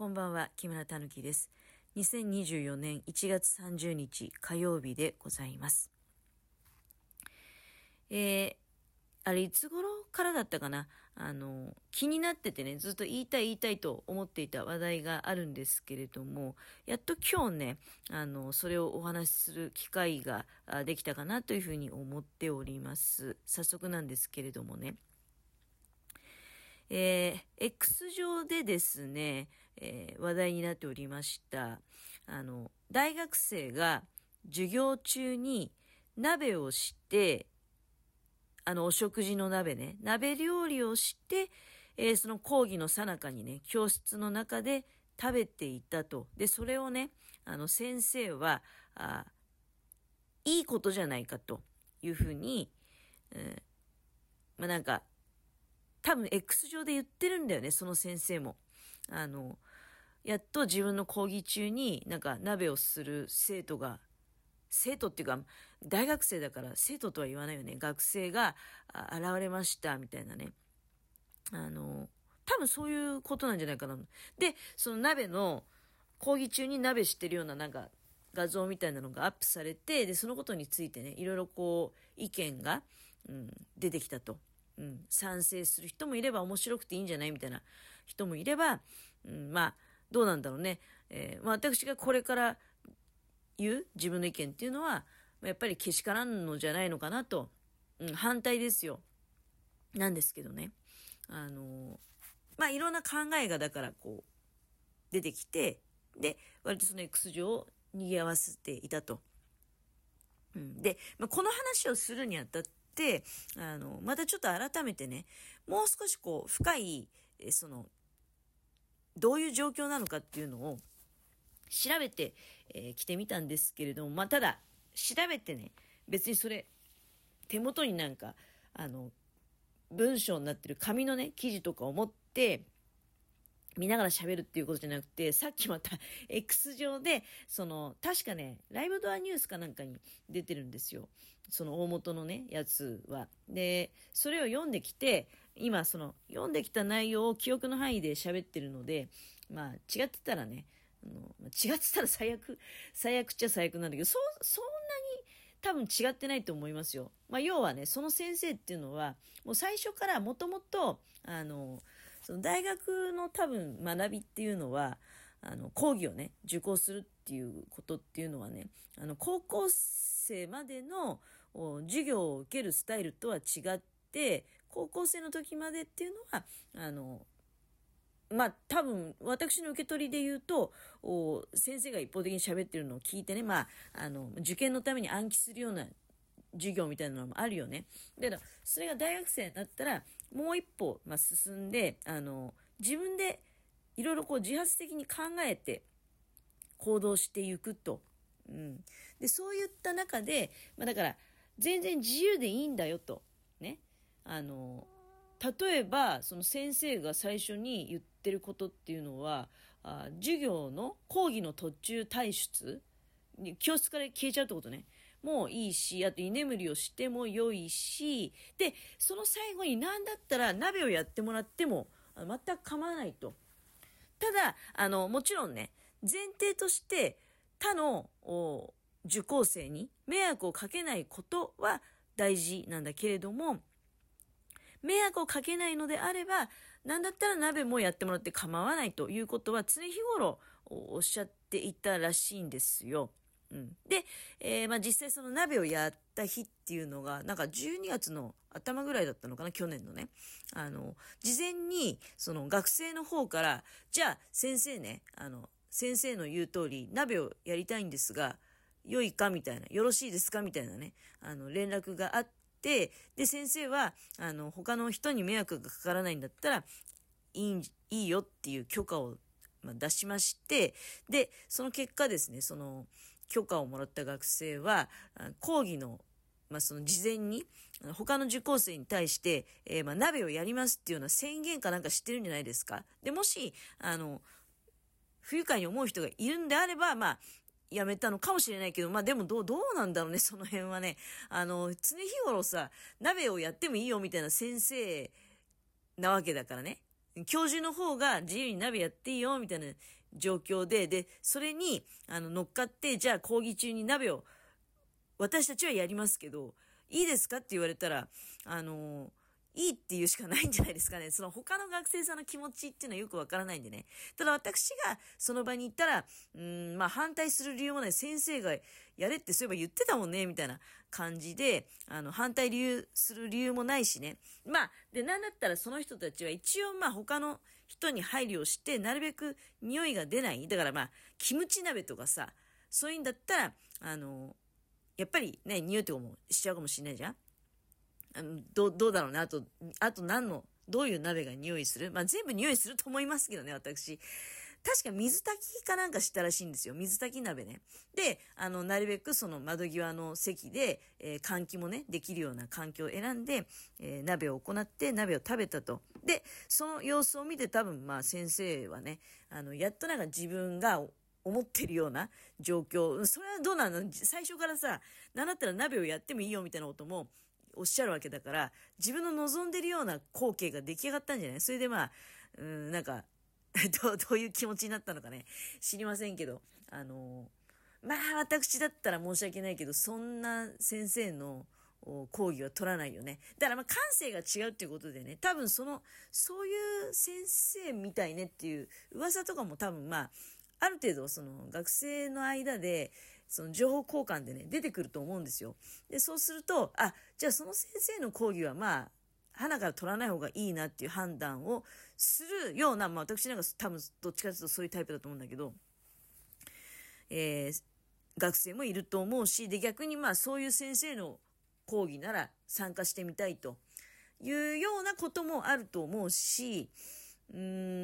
こんばんは、木村たぬきです。2024年1月30日火曜日でございます。あれいつ頃からだったかな、気になっててね、ずっと言いたいと思っていた話題があるんですけれども、やっと今日ね、それをお話しする機会ができたかなというふうに思っております。早速なんですけれどもね。X 上でですね、話題になっておりました。大学生が授業中に鍋をして、お食事の鍋ね、鍋料理をして、その講義の最中にね、教室の中で食べていたと。で、それをね、先生は、いいことじゃないかというふうに、なんか、多分 X 上で言ってるんだよね、その先生も。やっと自分の講義中になんか鍋をする生徒っていうか、大学生だから生徒とは言わないよね。学生が現れましたみたいなね。多分そういうことなんじゃないかな。で、その鍋の講義中に鍋してるようななんか画像みたいなのがアップされて、で、そのことについてね、いろいろこう意見が、出てきたと。賛成する人もいれば面白くていいんじゃないみたいな人もいれば、どうなんだろうね。私がこれから言う自分の意見っていうのは、やっぱりけしからんのじゃないのかなと、反対ですよ。なんですけどね。いろんな考えがだからこう、出てきて、で、割とその X 上を賑わせていたと。で、この話をするにあたって、またちょっと改めてね、もう少しこう、深い、どういう状況なのかっていうのを調べてきてみたんですけれども、ただ、調べてね、別にそれ、手元になんか、文章になってる紙のね、記事とかを持って、見ながら喋るっていうことじゃなくて、さっきまた X 上で、確かね、ライブドアニュースかなんかに出てるんですよ。その大元のね、やつは。で、それを読んできて、今、読んできた内容を記憶の範囲で喋ってるので、違ってたらね、違ってたら最悪っちゃ最悪なんだけど、そんなに多分違ってないと思いますよ。要はね、その先生っていうのは、もう最初からもともと、その大学の多分学びっていうのは、講義をね、受講するっていうことっていうのはね、高校生までの授業を受けるスタイルとは違って、高校生の時までっていうのは、多分私の受け取りで言うと、先生が一方的に喋ってるのを聞いてね、受験のために暗記するような授業みたいなのもあるよね。だからそれが大学生だったらもう一歩、進んで、自分でいろいろこう自発的に考えて行動していくと。でそういった中で、だから全然自由でいいんだよとね。例えばその先生が最初に言ってることっていうのは、授業の講義の途中退出に教室から消えちゃうってことね。もういいし、あと居眠りをしても良いし、で、その最後に何だったら鍋をやってもらっても全く構わないと。ただ、もちろんね、前提として他の受講生に迷惑をかけないことは大事なんだけれども、迷惑をかけないのであれば、何だったら鍋もやってもらって構わないということは常日頃おっしゃっていたらしいんですよ。で、実際その鍋をやった日っていうのがなんか12月の頭ぐらいだったのかな、去年のね。事前にその学生の方から、じゃあ先生ね、先生の言う通り鍋をやりたいんですが良いかみたいな、よろしいですかみたいなね、連絡があって、で先生は他の人に迷惑がかからないんだったらいいよっていう許可を出しまして、でその結果ですね、その許可をもらった学生は講義の、その事前に他の受講生に対して、鍋をやりますっていうような宣言かなんかしてるんじゃないですか。でもし不愉快に思う人がいるんであればやめたのかもしれないけど、でもどうなんだろうね、その辺はね。常日頃さ、鍋をやってもいいよみたいな先生なわけだからね。 教授の方が自由に鍋やっていいよみたいな状況で、それに乗っかって、じゃあ講義中に鍋を私たちはやりますけど、いいですかって言われたら、いいって言うしかないんじゃないですかね。その他の学生さんの気持ちっていうのはよくわからないんでね。ただ私がその場に行ったら、まあ反対する理由もない。先生がやれってそういえば言ってたもんね、みたいな感じで、反対する理由もないしね。まあ、で、なんだったらその人たちは一応まあ他の人に配慮をして、なるべく匂いが出ない。だからまあ、キムチ鍋とかさ、そういうんだったら、やっぱりね、匂いとかもしちゃうかもしれないじゃん。どうだろうね。あとどういう鍋が匂いする？まあ、全部匂いすると思いますけどね、私。確か水炊きかなんかしたらしいんですよ。水炊き鍋ね。で、なるべくその窓際の席で、換気もね、できるような環境を選んで、鍋を行って、鍋を食べたと。で、その様子を見て多分、まあ先生はね、やっとなんか自分が思ってるような状況、それはどうなの？最初からさ、なんだったら鍋をやってもいいよみたいなことも、おっしゃるわけだから、自分の望んでるような光景が出来上がったんじゃない？それでまあ、なんかどういう気持ちになったのかね、知りませんけど、まあ私だったら申し訳ないけど、そんな先生の講義は取らないよね。だからまあ感性が違うっていうことでね、多分そういう先生みたいねっていう噂とかも多分まあ、ある程度その学生の間で、その情報交換でね、出てくると思うんですよ。で、そうすると、じゃあその先生の講義はまあ、花から取らない方がいいなっていう判断をするような、まあ私なんか多分どっちかというとそういうタイプだと思うんだけど、学生もいると思うし、で逆にまあそういう先生の講義なら参加してみたいというようなこともあると思うし、まあ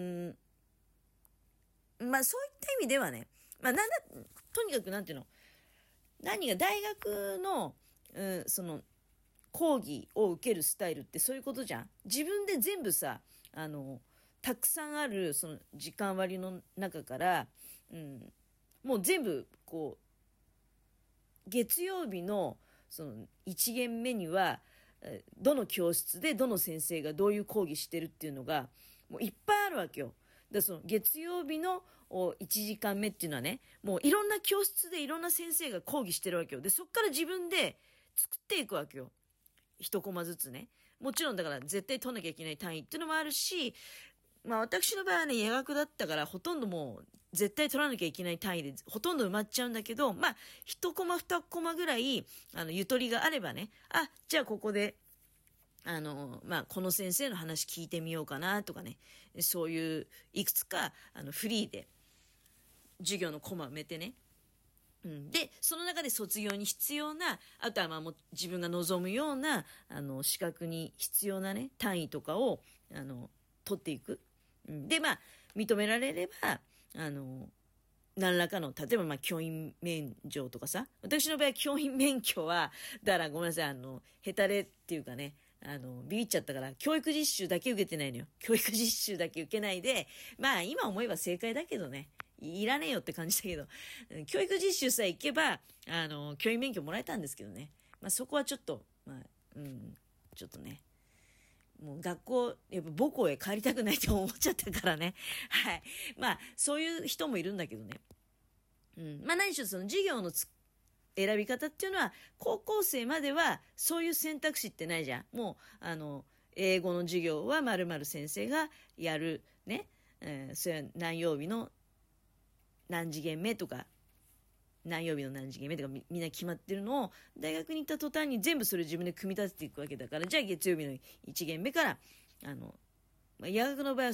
そういった意味ではね、まあとにかくなんていうの、大学の、その講義を受けるスタイルってそういうことじゃん。自分で全部さ、たくさんあるその時間割の中から、もう全部こう月曜日のその1限目にはどの教室でどの先生がどういう講義してるっていうのがもういっぱいあるわけよ。だその月曜日の1時間目っていうのはね、もういろんな教室でいろんな先生が講義してるわけよ。でそっから自分で作っていくわけよ。一コマずつね。もちろんだから絶対取んなきゃいけない単位っていうのもあるし、まあ私の場合はね、夜学だったからほとんどもう絶対取らなきゃいけない単位でほとんど埋まっちゃうんだけど、まあ一コマ二コマぐらいゆとりがあればね、じゃあここでまあこの先生の話聞いてみようかなとかね、そういういくつかフリーで授業のコマ埋めてね、でその中で卒業に必要な、あとはまあもう自分が望むような資格に必要なね単位とかを取っていく。でまあ認められれば何らかの例えばまあ教員免除とかさ、私の場合教員免許はだからごめんなさいヘタレっていうかねビビっちゃったから教育実習だけ受けてないのよ。教育実習だけ受けないで、まあ今思えば正解だけどね、いらねえよって感じだけど、教育実習さえ行けば教員免許もらえたんですけどね、まあそこはちょっとまあちょっとね、もう学校やっぱ母校へ帰りたくないって思っちゃったからねはい、まあそういう人もいるんだけどね、まあ何しろその授業の選び方っていうのは高校生まではそういう選択肢ってないじゃん。もう英語の授業は〇〇先生がやるね、それは何曜日の何次元目とか何曜日の何次元目とかみんな決まってるのを大学に行った途端に全部それ自分で組み立てていくわけだから、じゃあ月曜日の1限目から夜学の場合は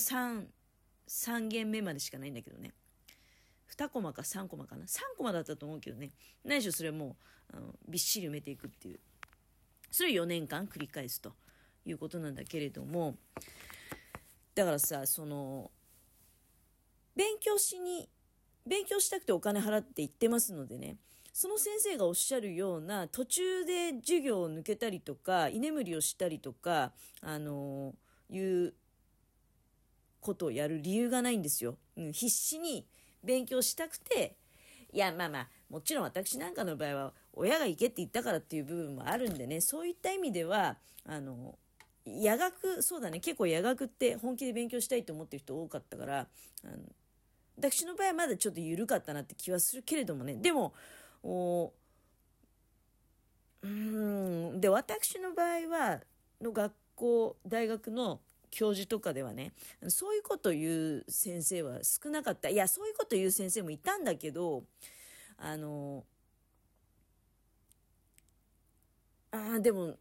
3限目までしかないんだけどね、2コマか3コマかな、3コマだったと思うけどね、何しろそれはもうびっしり埋めていくっていう、それを4年間繰り返すということなんだけれども、だからさ、その勉強したくてお金払って行ってますのでね、その先生がおっしゃるような途中で授業を抜けたりとか居眠りをしたりとかいうことをやる理由がないんですよ。必死に勉強したくて、いやまあもちろん私なんかの場合は親が行けって言ったからっていう部分もあるんでね、そういった意味では夜学、そうだね、結構夜学って本気で勉強したいと思ってる人多かったから、私の場合はまだちょっと緩かったなって気はするけれどもね、でも、で、私の場合は、の学校、大学の教授とかではね、そういうこと言う先生は少なかった。いや、そういうこと言う先生もいたんだけど、あの、でも、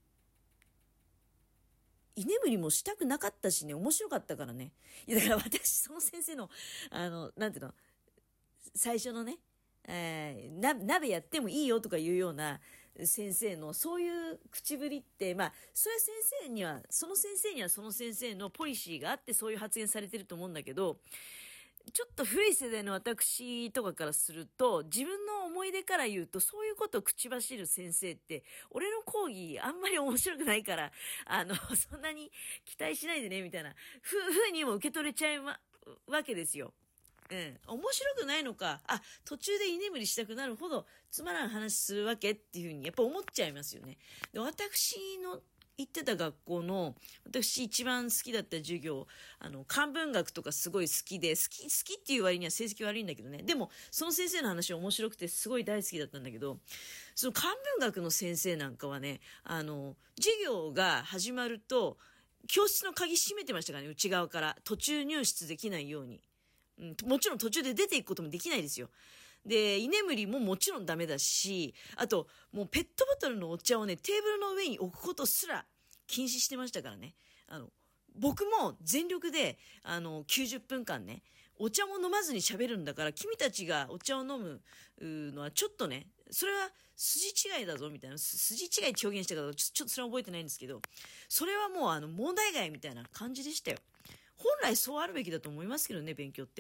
居眠りもしたくなかったしね、面白かったからね。いや、だから私、その先生の、なんていうの、最初のね、鍋やってもいいよとかいうような先生のそういう口ぶりって、まあ、それは先生には、その先生にはその先生のポリシーがあってそういう発言されてると思うんだけど、ちょっと古い世代の私とかからすると、自分の思い出から言うと、そういうことを口走る先生って、俺の講義あんまり面白くないから、そんなに期待しないでね、みたいな、ふうにも受け取れちゃうわけですよ。うん。面白くないのか、途中で居眠りしたくなるほどつまらん話するわけっていうふうにやっぱ思っちゃいますよね。で、私の行ってた学校の、私一番好きだった授業、漢文学とかすごい好きで、好きっていう割には成績悪いんだけどね。でも、その先生の話面白くてすごい大好きだったんだけど、その漢文学の先生なんかはね、授業が始まると、教室の鍵閉めてましたからね、内側から。途中入室できないように。もちろん途中で出ていくこともできないですよ。で、居眠りももちろんダメだし、あと、もうペットボトルのお茶をね、テーブルの上に置くことすら禁止してましたからね。僕も全力で、90分間ね、お茶も飲まずに喋るんだから、君たちがお茶を飲むのはちょっとね、それは筋違いだぞみたいな、筋違いって表現したからちょっとそれは覚えてないんですけど、それはもう問題外みたいな感じでしたよ。本来そうあるべきだと思いますけどね、勉強って。